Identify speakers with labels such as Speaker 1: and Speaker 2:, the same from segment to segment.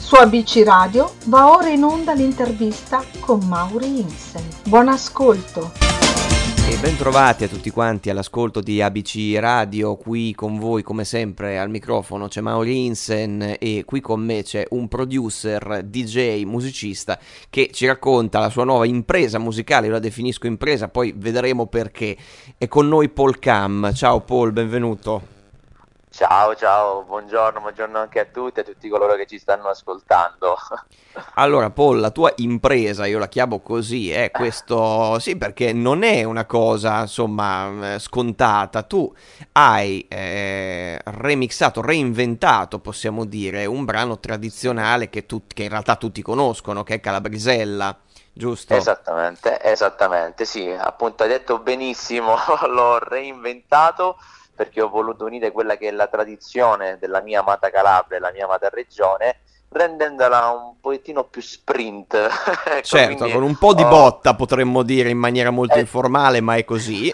Speaker 1: Su ABC Radio va ora in onda l'intervista con Mauri Insen. Buon ascolto.
Speaker 2: E ben trovati a tutti quanti all'ascolto di ABC Radio. Qui con voi come sempre al microfono c'è Mauri Insen e qui con me c'è un producer, DJ, musicista che ci racconta la sua nuova impresa musicale. Io la definisco impresa, poi vedremo perché. È con noi Paul Cam. Ciao Paul, benvenuto.
Speaker 3: Ciao, buongiorno anche a tutti e a tutti coloro che ci stanno ascoltando.
Speaker 2: Allora Paul, la tua impresa, io la chiamo così, è questo, sì, perché non è una cosa, insomma, scontata. Tu hai remixato, reinventato, possiamo dire, un brano tradizionale che in realtà tutti conoscono, che è Calabrisella, giusto?
Speaker 3: Esattamente, sì, appunto hai detto benissimo, l'ho reinventato perché ho voluto unire quella che è la tradizione della mia amata Calabria e la mia amata regione, rendendola un pochettino più sprint. Ecco,
Speaker 2: certo, con un po' di botta potremmo dire in maniera molto
Speaker 3: eh,
Speaker 2: informale, ma è così.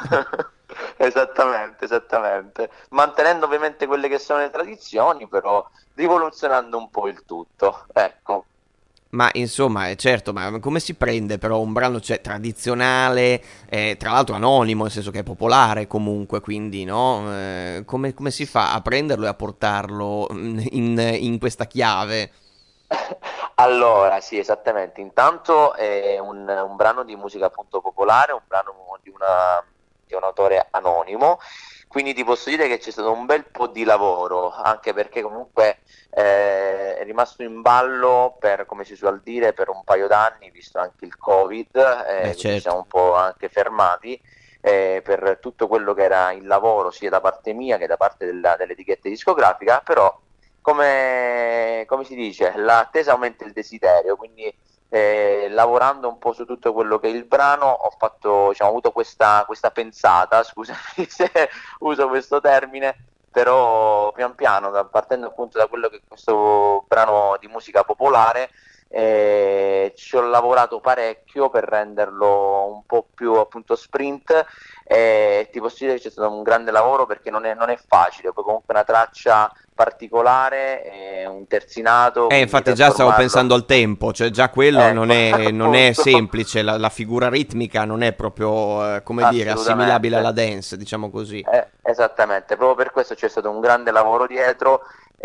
Speaker 3: esattamente, mantenendo ovviamente quelle che sono le tradizioni, però rivoluzionando un po' il tutto, ecco.
Speaker 2: Ma insomma, certo, ma come si prende però un brano tradizionale, tra l'altro anonimo, nel senso che è popolare comunque, quindi no? Come si fa a prenderlo e a portarlo in questa chiave?
Speaker 3: Allora, sì, esattamente. Intanto è un brano di musica appunto popolare, un brano di un autore anonimo, quindi ti posso dire che c'è stato un bel po' di lavoro, anche perché comunque è rimasto in ballo per, come si suol dire, per un paio d'anni, visto anche il Covid, quindi ci
Speaker 2: Certo.
Speaker 3: siamo un po' anche fermati. Per tutto quello che era il lavoro sia da parte mia che da parte dell'etichetta discografica, però come si dice, l'attesa aumenta il desiderio, quindi lavorando un po' su tutto quello che è il brano ho fatto, diciamo, ho avuto questa pensata, scusami se uso questo termine, però pian piano, partendo appunto da quello che è questo brano di musica popolare, ci ho lavorato parecchio per renderlo un po' più appunto sprint, e ti posso dire che c'è stato un grande lavoro perché non è facile, poi comunque una traccia particolare, un terzinato, quindi
Speaker 2: Infatti già stavo
Speaker 3: trasformarlo.
Speaker 2: pensando al tempo, cioè già quello
Speaker 3: Ecco,
Speaker 2: non è
Speaker 3: appunto.
Speaker 2: semplice, la figura ritmica non è proprio, come dire, assimilabile alla
Speaker 3: Assolutamente.
Speaker 2: dance, diciamo così.
Speaker 3: Esattamente, proprio per questo c'è stato un grande lavoro dietro,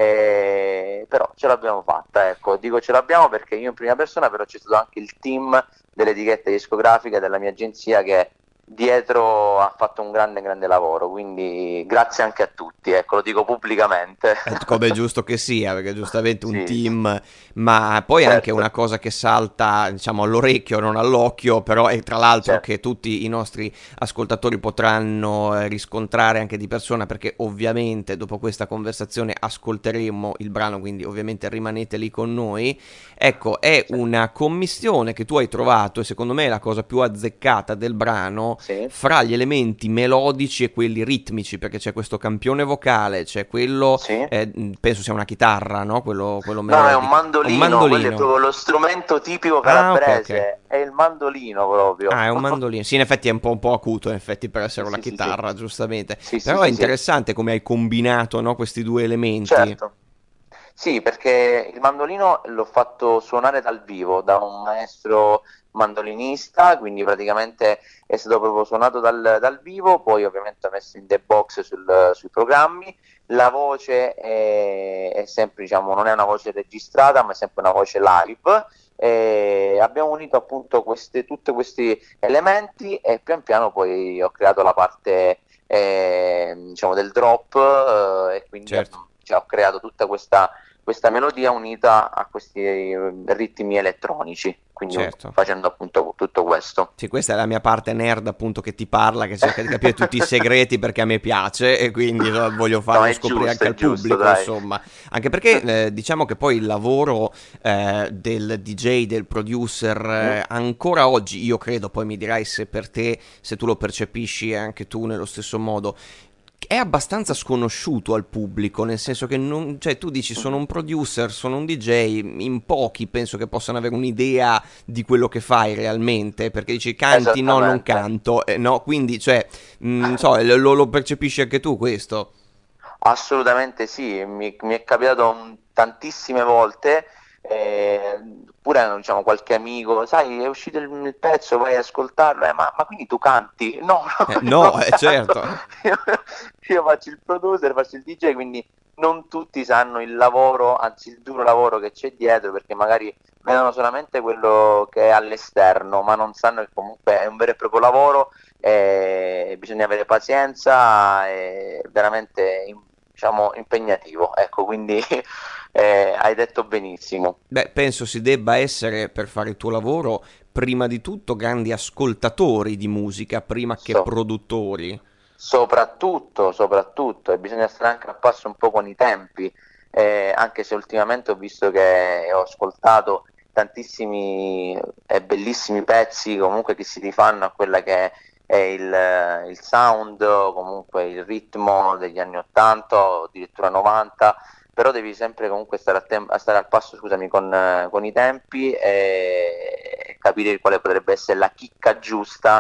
Speaker 3: però ce l'abbiamo fatta, ecco, dico ce l'abbiamo perché io in prima persona, però c'è stato anche il team dell'etichetta discografica della mia agenzia che dietro ha fatto un grande lavoro, quindi grazie anche a tutti, ecco, lo dico pubblicamente.
Speaker 2: Come è giusto che sia, perché giustamente un
Speaker 3: Sì,
Speaker 2: team, ma poi anche
Speaker 3: certo,
Speaker 2: una cosa che salta, diciamo, all'orecchio, non all'occhio, però è tra l'altro
Speaker 3: certo.
Speaker 2: che tutti i nostri ascoltatori potranno riscontrare anche di persona, perché ovviamente dopo questa conversazione ascolteremo il brano, quindi ovviamente rimanete lì con noi. Ecco, è
Speaker 3: Certo.
Speaker 2: una commistione che tu hai trovato, e secondo me è la cosa più azzeccata del brano,
Speaker 3: Sì,
Speaker 2: fra gli elementi melodici e quelli ritmici, perché c'è questo campione vocale, c'è quello
Speaker 3: sì.
Speaker 2: penso sia una chitarra, no? Quello
Speaker 3: No, è un
Speaker 2: melodico. Un
Speaker 3: mandolino, quello è
Speaker 2: mandolino.
Speaker 3: proprio lo strumento tipico
Speaker 2: Ah, ok, ok.
Speaker 3: calabrese, è il mandolino proprio.
Speaker 2: Ah, è un mandolino. Sì, in effetti è un po' acuto, in effetti, per
Speaker 3: Sì,
Speaker 2: essere una
Speaker 3: sì, sì, sì,
Speaker 2: chitarra, giustamente.
Speaker 3: sì, sì,
Speaker 2: Però è
Speaker 3: sì, sì.
Speaker 2: interessante come hai combinato, no, questi due elementi.
Speaker 3: Certo. Sì, perché il mandolino l'ho fatto suonare dal vivo da un maestro mandolinista, quindi praticamente è stato proprio suonato dal vivo, poi ovviamente ho messo in the box sui programmi. La voce è sempre, diciamo, non è una voce registrata, ma è sempre una voce live. E abbiamo unito appunto tutti questi elementi e pian piano poi ho creato la parte diciamo del drop, e quindi
Speaker 2: Certo.
Speaker 3: cioè, ho creato tutta questa melodia unita a questi ritmi elettronici, quindi
Speaker 2: Certo.
Speaker 3: facendo appunto tutto questo.
Speaker 2: Sì, questa è la mia parte nerd appunto che ti parla, che cerca di capire tutti i segreti perché a me piace e quindi voglio
Speaker 3: No,
Speaker 2: farlo scoprire anche
Speaker 3: è
Speaker 2: al
Speaker 3: giusto,
Speaker 2: pubblico,
Speaker 3: dai.
Speaker 2: insomma. Anche perché diciamo che poi il lavoro del DJ, del producer,
Speaker 3: Mm?
Speaker 2: ancora oggi, io credo, poi mi dirai se per te, se tu lo percepisci anche tu nello stesso modo, è abbastanza sconosciuto al pubblico, nel senso che non, cioè tu dici sono
Speaker 3: Mhm.
Speaker 2: un producer, sono un DJ, in pochi penso che possano avere un'idea di quello che fai realmente, perché dici canti, no, non
Speaker 3: Esattamente.
Speaker 2: canto, no, quindi cioè, so, lo percepisci anche tu questo?
Speaker 3: Assolutamente sì, mi è capitato tantissime volte, Oppure diciamo qualche amico, sai, è uscito il pezzo, vai ad ascoltarlo, ma quindi tu canti? No, no, io
Speaker 2: No,
Speaker 3: non canto,
Speaker 2: certo.
Speaker 3: io, io faccio il producer, faccio il DJ, quindi non tutti sanno il lavoro, anzi il duro lavoro che c'è dietro, perché magari vedono solamente quello che è all'esterno, ma non sanno che comunque è un vero e proprio lavoro, e bisogna avere pazienza, è veramente diciamo, impegnativo, ecco, quindi hai detto benissimo.
Speaker 2: Beh, penso si debba essere, per fare il tuo lavoro, prima di tutto grandi ascoltatori di musica, prima che
Speaker 3: So-
Speaker 2: produttori.
Speaker 3: soprattutto, e bisogna stare anche a passo un po' con i tempi, anche se ultimamente ho visto che ho ascoltato tantissimi e bellissimi pezzi comunque che si rifanno a quella che è il sound, o comunque il ritmo degli anni 80 o addirittura 90, però devi sempre comunque a stare al passo, scusami, con i tempi e capire quale potrebbe essere la chicca giusta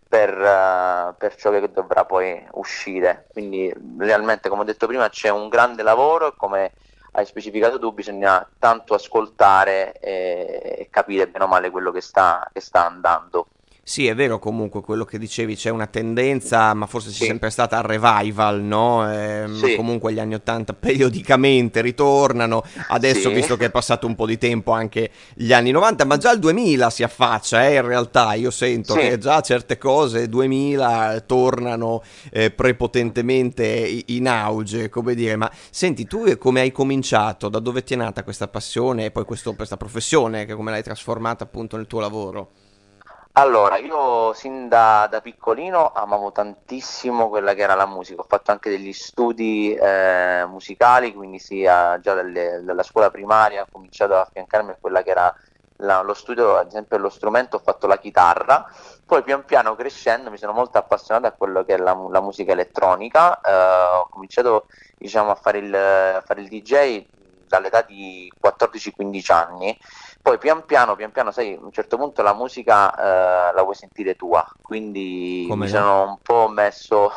Speaker 3: per ciò che dovrà poi uscire. Quindi realmente, come ho detto prima, c'è un grande lavoro e come hai specificato tu, bisogna tanto ascoltare e capire bene o male quello che sta andando.
Speaker 2: Sì, è vero comunque quello che dicevi, c'è una tendenza, ma forse c'è
Speaker 3: Sì,
Speaker 2: sempre stata al revival, no?
Speaker 3: sì,
Speaker 2: Comunque gli anni 80 periodicamente ritornano, adesso
Speaker 3: sì,
Speaker 2: visto che è passato un po' di tempo anche gli anni 90, ma già il 2000 si affaccia, in realtà io sento
Speaker 3: sì.
Speaker 2: che già certe cose 2000 tornano prepotentemente in auge, come dire, ma senti, tu come hai cominciato, da dove ti è nata questa passione e poi questa professione, che come l'hai trasformata appunto nel tuo lavoro?
Speaker 3: Allora, io sin da piccolino amavo tantissimo quella che era la musica, ho fatto anche degli studi musicali, quindi sia già dalla scuola primaria ho cominciato ad affiancarmi a quella che era lo studio, ad esempio lo strumento, ho fatto la chitarra, poi pian piano crescendo mi sono molto appassionato a quello che è la musica elettronica, ho cominciato diciamo a fare il DJ dall'età di 14-15 anni. Poi pian piano, sai, a un certo punto la musica la vuoi sentire tua, quindi mi
Speaker 2: Come no?
Speaker 3: sono un po' messo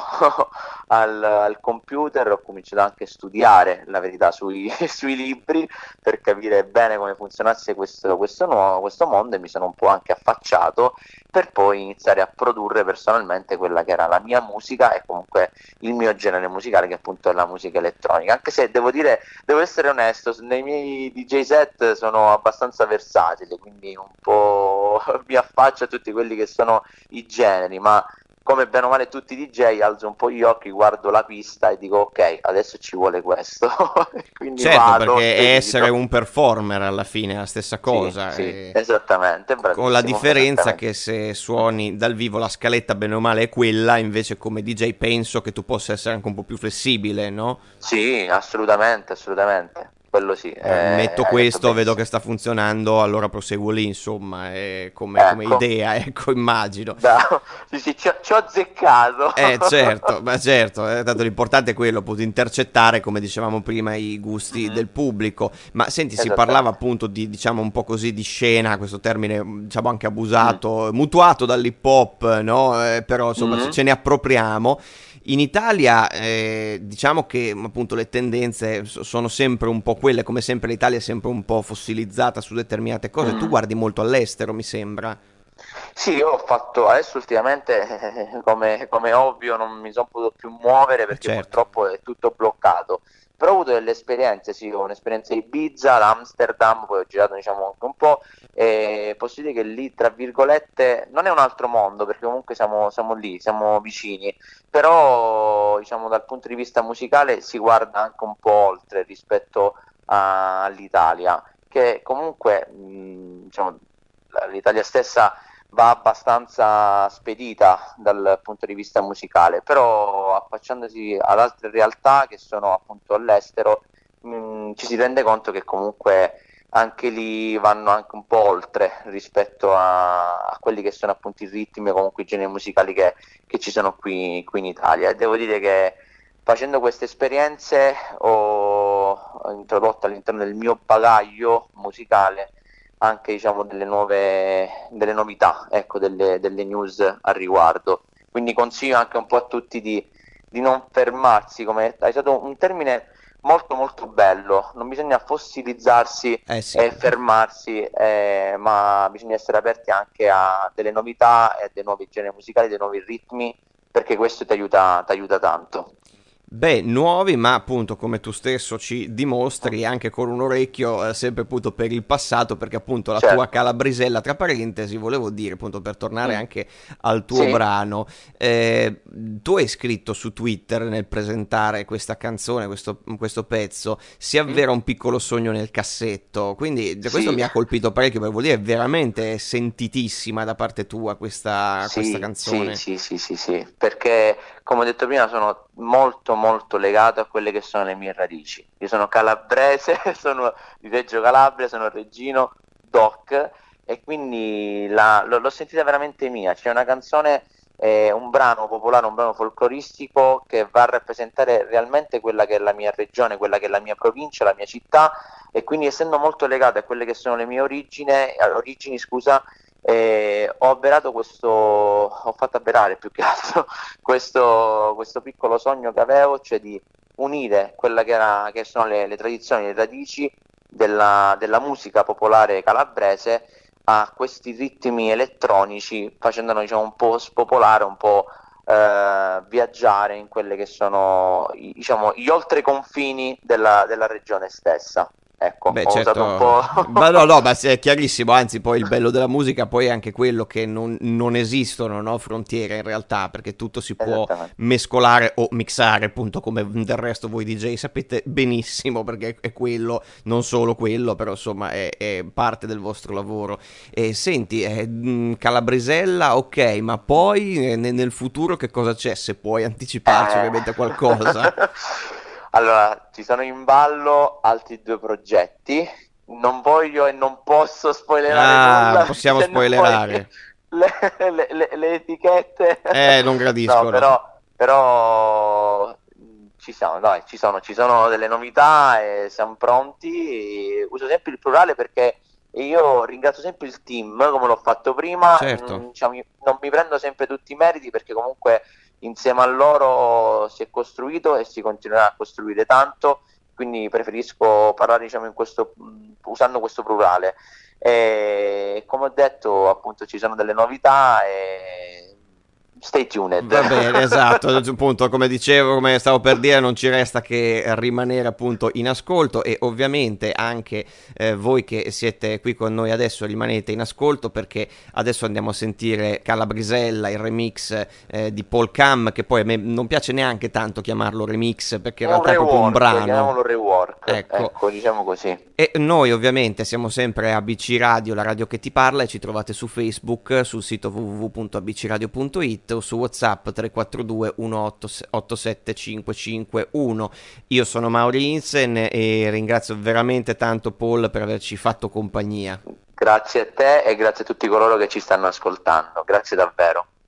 Speaker 3: al computer, ho cominciato anche a studiare la verità sui libri per capire bene come funzionasse questo mondo e mi sono un po' anche affacciato per poi iniziare a produrre personalmente quella che era la mia musica e comunque il mio genere musicale, che appunto è la musica elettronica. Anche se devo dire, devo essere onesto, nei miei DJ set sono abbastanza versatile, quindi un po' mi affaccio a tutti quelli che sono i generi, ma come bene o male tutti i DJ alzo un po' gli occhi, guardo la pista e dico ok, adesso ci vuole questo, quindi
Speaker 2: Certo,
Speaker 3: vado
Speaker 2: perché è essere
Speaker 3: spedito.
Speaker 2: un performer alla fine è la stessa
Speaker 3: Sì,
Speaker 2: cosa,
Speaker 3: sì, esattamente,
Speaker 2: con la
Speaker 3: bravissimo,
Speaker 2: differenza
Speaker 3: esattamente.
Speaker 2: che se suoni dal vivo la scaletta bene o male è quella, invece come DJ penso che tu possa essere anche un po' più flessibile, no?
Speaker 3: Sì, assolutamente, assolutamente, quello sì,
Speaker 2: Metto
Speaker 3: hai detto
Speaker 2: questo, vedo che
Speaker 3: benissimo.
Speaker 2: sta funzionando, allora proseguo lì, insomma, è come
Speaker 3: Ecco,
Speaker 2: idea, ecco, immagino.
Speaker 3: sì, sì, ci ho azzeccato.
Speaker 2: Certo, ma certo, tanto l'importante è quello, appunto, intercettare, come dicevamo prima, i gusti
Speaker 3: Mhm,
Speaker 2: del pubblico. Ma senti, si parlava
Speaker 3: esattamente.
Speaker 2: appunto di, diciamo, un po' così di scena, questo termine, diciamo, anche
Speaker 3: Mm,
Speaker 2: abusato, mutuato dall'hip hop, no? Però, insomma,
Speaker 3: mhm.
Speaker 2: ce ne appropriamo. In Italia, diciamo che appunto le tendenze sono sempre un po' quelle, come sempre l'Italia è sempre un po' fossilizzata su determinate cose. Tu
Speaker 3: Mm.
Speaker 2: guardi molto all'estero, mi sembra.
Speaker 3: Sì, io ho fatto, adesso ultimamente, come ovvio, non mi sono potuto più muovere perché
Speaker 2: Certo.
Speaker 3: purtroppo è tutto bloccato. Però ho avuto delle esperienze, sì, ho un'esperienza di Ibiza, ad Amsterdam, poi ho girato diciamo anche un po', e posso dire che lì, tra virgolette, non è un altro mondo perché comunque siamo lì, siamo vicini, però diciamo dal punto di vista musicale si guarda anche un po' oltre rispetto all'Italia, che comunque diciamo, l'Italia stessa va abbastanza spedita dal punto di vista musicale, però affacciandosi ad altre realtà che sono appunto all'estero, ci si rende conto che comunque anche lì vanno anche un po' oltre rispetto a quelli che sono appunto i ritmi o comunque i generi musicali che ci sono qui in Italia. E devo dire che facendo queste esperienze ho introdotto all'interno del mio bagaglio musicale anche diciamo delle novità, ecco, delle news al riguardo. Quindi consiglio anche un po' a tutti di non fermarsi, come hai usato un termine molto molto bello, non bisogna fossilizzarsi
Speaker 2: Sì.
Speaker 3: e fermarsi, ma bisogna essere aperti anche a delle novità e a dei nuovi generi musicali, dei nuovi ritmi, perché questo ti aiuta tanto.
Speaker 2: Beh, nuovi, ma appunto come tu stesso ci dimostri anche con un orecchio sempre appunto per il passato, perché appunto la tua
Speaker 3: Certo.
Speaker 2: calabrisella, tra parentesi, volevo dire appunto per tornare
Speaker 3: Mm.
Speaker 2: anche al tuo
Speaker 3: Sì?
Speaker 2: brano, tu hai scritto su Twitter nel presentare questa canzone, questo pezzo, si
Speaker 3: Mm?
Speaker 2: avvera un piccolo sogno nel cassetto, quindi questo
Speaker 3: Sì.
Speaker 2: mi ha colpito parecchio, perché vuol dire veramente sentitissima da parte tua questa
Speaker 3: Sì, sì,
Speaker 2: canzone.
Speaker 3: sì, sì, sì, sì, perché come ho detto prima sono molto molto legato a quelle che sono le mie radici. Io sono calabrese, sono di Reggio Calabria, sono reggino, doc, e quindi l'ho sentita veramente mia. C'è una canzone, un brano popolare, un brano folcloristico che va a rappresentare realmente quella che è la mia regione, quella che è la mia provincia, la mia città, e quindi essendo molto legato a quelle che sono le mie origini, scusa, ho fatto avverare più che altro questo piccolo sogno che avevo, cioè di unire quella che sono le tradizioni, le radici della musica popolare calabrese a questi ritmi elettronici, facendolo diciamo un po' spopolare, un po' viaggiare in quelle che sono diciamo, gli oltreconfini della regione stessa. Ecco,
Speaker 2: Beh,
Speaker 3: ho usato un
Speaker 2: certo,
Speaker 3: po'.
Speaker 2: ma no, no, ma è chiarissimo, anzi poi il bello della musica poi è anche quello che non esistono, no, frontiere in realtà, perché tutto si può
Speaker 3: Esattamente.
Speaker 2: mescolare o mixare, appunto, come del resto voi DJ sapete benissimo, perché è quello, non solo quello, però insomma è parte del vostro lavoro. E senti, Calabrisella, ok, ma poi nel futuro che cosa c'è? Se puoi anticiparci
Speaker 3: Eh.
Speaker 2: ovviamente qualcosa.
Speaker 3: Allora, ci sono in ballo altri due progetti. Non voglio e non posso spoilerare
Speaker 2: Ah,
Speaker 3: nulla perché
Speaker 2: possiamo
Speaker 3: sennò poi
Speaker 2: spoilerare.
Speaker 3: le etichette.
Speaker 2: Non
Speaker 3: No,
Speaker 2: gradiscono.
Speaker 3: però ci siamo, dai, ci sono delle novità e siamo pronti. Uso sempre il plurale perché io ringrazio sempre il team, come l'ho fatto prima.
Speaker 2: Certo.
Speaker 3: Diciamo, non mi prendo sempre tutti i meriti perché comunque insieme a loro si è costruito e si continuerà a costruire tanto, quindi preferisco parlare diciamo, usando questo plurale. E come ho detto, appunto, ci sono delle novità e stay tuned.
Speaker 2: Va bene, esatto, appunto come dicevo, come stavo per dire, non ci resta che rimanere appunto in ascolto e ovviamente anche voi che siete qui con noi adesso rimanete in ascolto perché adesso andiamo a sentire Calabrisella, il remix di Paul Cam, che poi a me non piace neanche tanto chiamarlo remix perché in
Speaker 3: È un
Speaker 2: realtà è proprio un
Speaker 3: rework,
Speaker 2: brano.
Speaker 3: chiamiamolo rework,
Speaker 2: Ecco,
Speaker 3: ecco, diciamo così.
Speaker 2: e noi ovviamente siamo sempre ABC Radio, la radio che ti parla, e ci trovate su Facebook, sul sito www.abcradio.it o su WhatsApp 342 1887 551. Io sono Mauri Insen e ringrazio veramente tanto Paul per averci fatto compagnia.
Speaker 3: Grazie a te e grazie a tutti coloro che ci stanno ascoltando. Grazie davvero.